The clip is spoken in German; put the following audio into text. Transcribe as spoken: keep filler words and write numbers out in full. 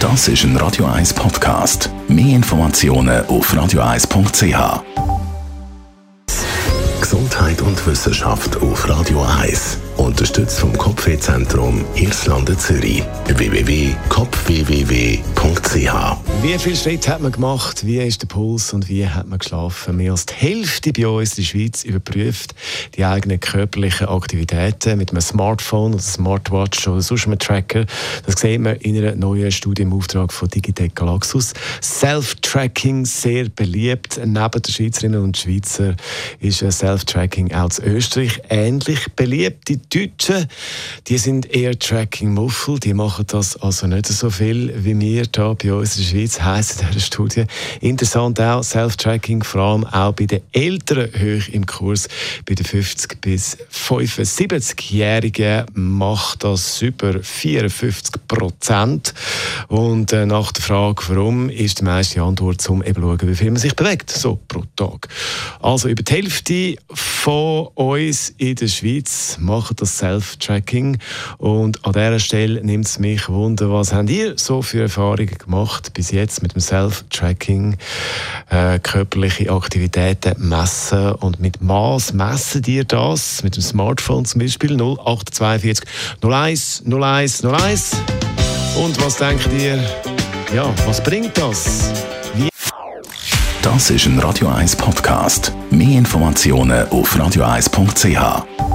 Das ist ein Radio eins Podcast. Mehr Informationen auf radio eins punkt c h. Gesundheit und Wissenschaft auf Radio eins. Unterstützt vom Kopfwehzentrum Irlande Zürich. w w w punkt kopf w w w punkt c h. Wie viele Schritte hat man gemacht? Wie ist der Puls und wie hat man geschlafen? Mehr als die Hälfte bei uns in der Schweiz überprüft die eigenen körperlichen Aktivitäten mit einem Smartphone oder Smartwatch oder sonst einem Tracker. Das sieht man in einer neuen Studie im Auftrag von Digitec Galaxus. Self-Tracking sehr beliebt. Neben den Schweizerinnen und Schweizer ist Self-Tracking auch in Österreich ähnlich beliebt. Die Deutschen, die sind eher Tracking-Muffel, die machen das also nicht so viel wie wir hier bei uns in der Schweiz, heisst in dieser Studie. Interessant auch, Self-Tracking, vor allem auch bei den Älteren hoch im Kurs. Bei den fünfzig- bis fünfundsiebzig-Jährigen macht das über vierundfünfzig Prozent. Und äh, nach der Frage, warum, ist die meiste Antwort, um eben zu schauen, wie viel man sich bewegt, so pro Tag. Also über die Hälfte von uns in der Schweiz machen das Self-Tracking. Und an dieser Stelle nimmt es mich Wunder, was habt ihr so für Erfahrungen gemacht bis jetzt mit dem Self-Tracking? Äh, körperliche Aktivitäten messen und mit Maß messen ihr das? Mit dem Smartphone zum Beispiel null acht zwei vier null eins null eins null eins. Und was denkt ihr? Ja, was bringt das? Wie Das ist ein Radio eins Podcast. Mehr Informationen auf radio eins punkt c h.